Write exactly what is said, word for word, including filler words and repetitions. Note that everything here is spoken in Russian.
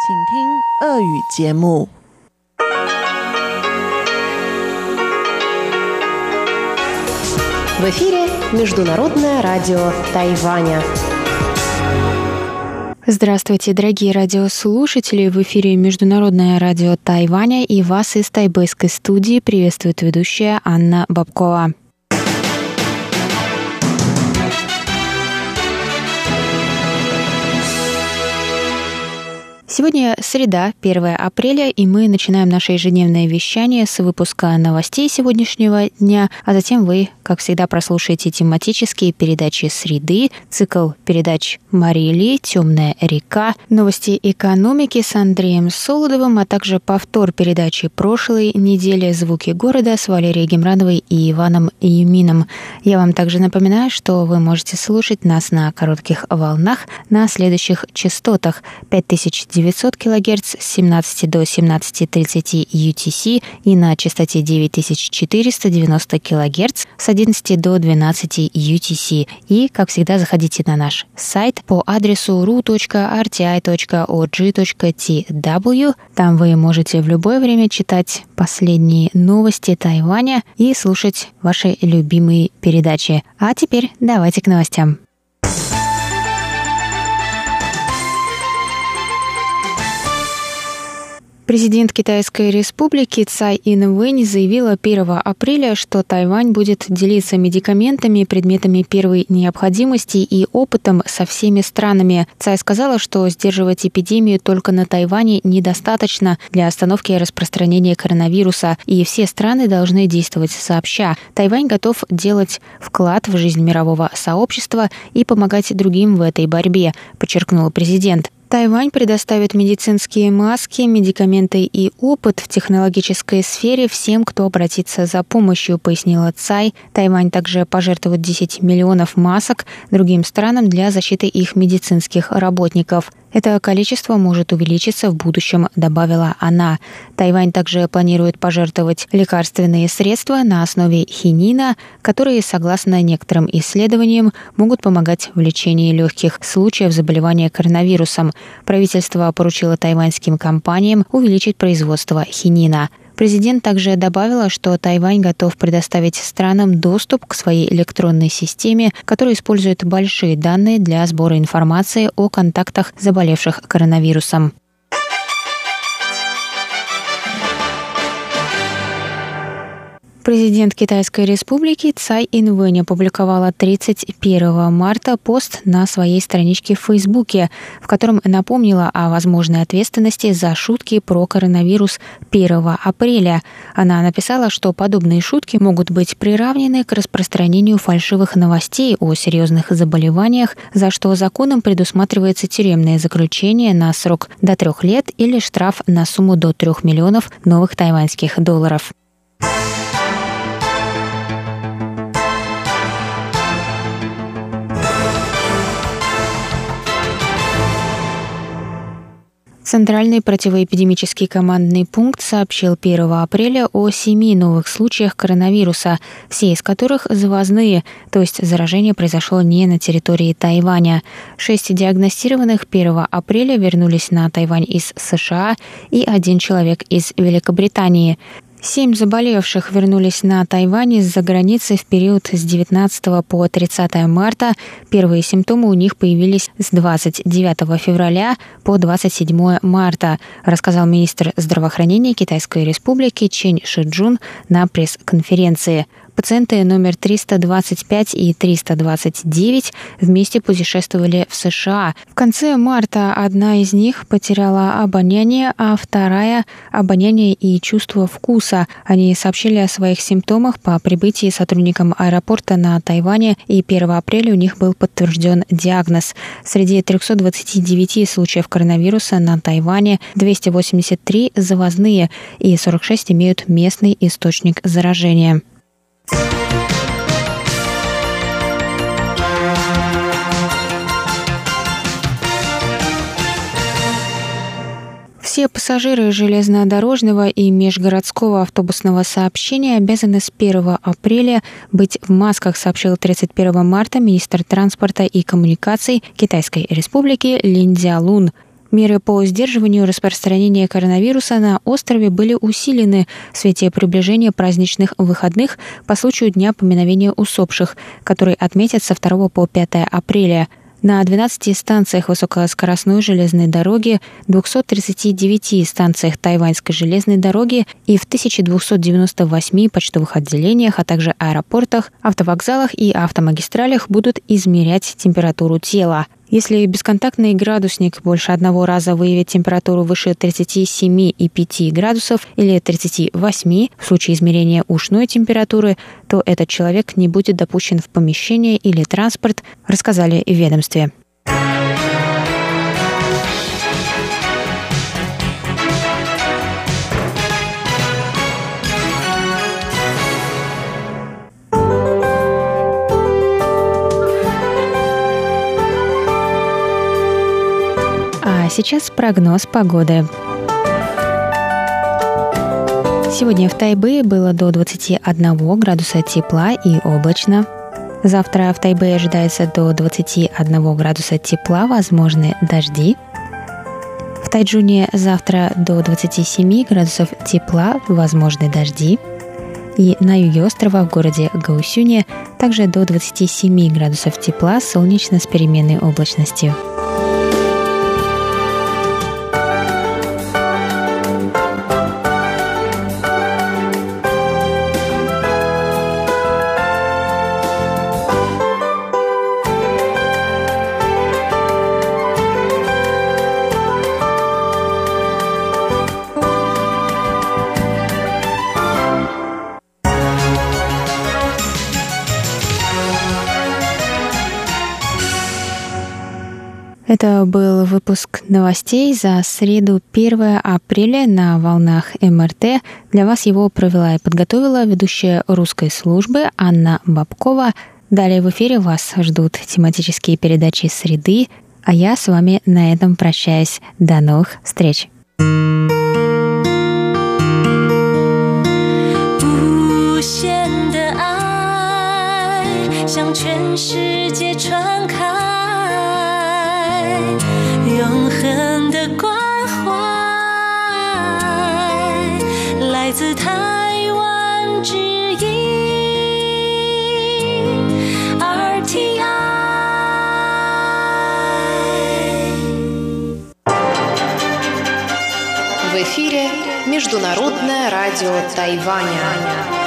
请听俄语节目。 В эфире Международное радио Тайваня. Здравствуйте, дорогие радиослушатели! В эфире Международное радио Тайваня, и вас из тайбэйской студии приветствует ведущая Анна Бабкова. Сегодня среда, первое апреля, и мы начинаем наше ежедневное вещание с выпуска новостей сегодняшнего дня, а затем вы, как всегда, прослушаете тематические передачи «Среды», цикл передач Марии Ли «Темная река», новости экономики с Андреем Солодовым, а также повтор передачи прошлой недели «Звуки города» с Валерией Гемрановой и Иваном Юмином. Я вам также напоминаю, что вы можете слушать нас на коротких волнах на следующих частотах: пять тысяч девятьсот килогерц с семнадцати до семнадцати тридцати ю ти си и на частоте девять тысяч четыреста девяносто килогерц с одиннадцати до двенадцати ю ти си. И, как всегда, заходите на наш сайт по адресу ru точка эр ти ай точка о джи точка ти дабл ю. Там вы можете в любое время читать последние новости Тайваня и слушать ваши любимые передачи. А теперь давайте к новостям. Президент Китайской Республики Цай Ин-вэнь заявила первого апреля, что Тайвань будет делиться медикаментами, предметами первой необходимости и опытом со всеми странами. Цай сказала, что сдерживать эпидемию только на Тайване недостаточно для остановки распространения коронавируса, и все страны должны действовать сообща. Тайвань готов делать вклад в жизнь мирового сообщества и помогать другим в этой борьбе, подчеркнул президент. Тайвань предоставит медицинские маски, медикаменты и опыт в технологической сфере всем, кто обратится за помощью, пояснила Цай. Тайвань также пожертвует десять миллионов масок другим странам для защиты их медицинских работников. Это количество может увеличиться в будущем, добавила она. Тайвань также планирует пожертвовать лекарственные средства на основе хинина, которые, согласно некоторым исследованиям, могут помогать в лечении легких случаев заболевания коронавирусом. Правительство поручило тайваньским компаниям увеличить производство хинина. Президент также добавила, что Тайвань готов предоставить странам доступ к своей электронной системе, которая использует большие данные для сбора информации о контактах заболевших коронавирусом. Президент Китайской Республики Цай Ин-вэнь опубликовала тридцать первого марта пост на своей страничке в Фейсбуке, в котором напомнила о возможной ответственности за шутки про коронавирус первого апреля. Она написала, что подобные шутки могут быть приравнены к распространению фальшивых новостей о серьезных заболеваниях, за что законом предусматривается тюремное заключение на срок до трех лет или штраф на сумму до трех миллионов новых тайваньских долларов. Центральный противоэпидемический командный пункт сообщил первого апреля о семи новых случаях коронавируса, все из которых завозные, то есть заражение произошло не на территории Тайваня. Шесть диагностированных первого апреля вернулись на Тайвань из США и один человек из Великобритании. Семь заболевших вернулись на Тайвань из-за границы в период с девятнадцатого по тридцатое марта. Первые симптомы у них появились с двадцать девятого февраля по двадцать седьмое марта, рассказал министр здравоохранения Китайской Республики Чен Шиджун на пресс-конференции. Пациенты номер триста двадцать пять и триста двадцать девять вместе путешествовали в США. В конце марта одна из них потеряла обоняние, а вторая – обоняние и чувство вкуса. Они сообщили о своих симптомах по прибытии сотрудникам аэропорта на Тайване, и первого апреля у них был подтвержден диагноз. Среди трёхсот двадцати девяти случаев коронавируса на Тайване двести восемьдесят три завозные и сорок шесть имеют местный источник заражения. Все пассажиры железнодорожного и межгородского автобусного сообщения обязаны с первого апреля быть в масках, сообщил тридцать первого марта министр транспорта и коммуникаций Китайской Республики Лин Цзялун. Меры по сдерживанию распространения коронавируса на острове были усилены в свете приближения праздничных выходных по случаю Дня поминовения усопших, который отметят со второго по пятое апреля. На двенадцати станциях высокоскоростной железной дороги, двухстах тридцати девяти станциях Тайваньской железной дороги и в тысяча двухстах девяноста восьми почтовых отделениях, а также аэропортах, автовокзалах и автомагистралях будут измерять температуру тела. Если бесконтактный градусник больше одного раза выявит температуру выше тридцати семи и пяти градусов или тридцати восьми в случае измерения ушной температуры, то этот человек не будет допущен в помещение или транспорт, рассказали в ведомстве. А сейчас прогноз погоды. Сегодня в Тайбэе было до двадцати одного градуса тепла и облачно. Завтра в Тайбэе ожидается до двадцати одного градуса тепла, возможны дожди. В Тайчжуне завтра до двадцати семи градусов тепла, возможны дожди. И на юге острова в городе Гаосюне также до двадцати семи градусов тепла, солнечно с переменной облачностью. Это был выпуск новостей за среду первого апреля на волнах эм эр тэ. Для вас его провела и подготовила ведущая русской службы Анна Бабкова. Далее в эфире вас ждут тематические передачи «Среды», а я с вами на этом прощаюсь. До новых встреч! 向全世界传开，永恒的关怀，来自台湾之音 эр ти ай。 В эфире Международное радио Тайваня.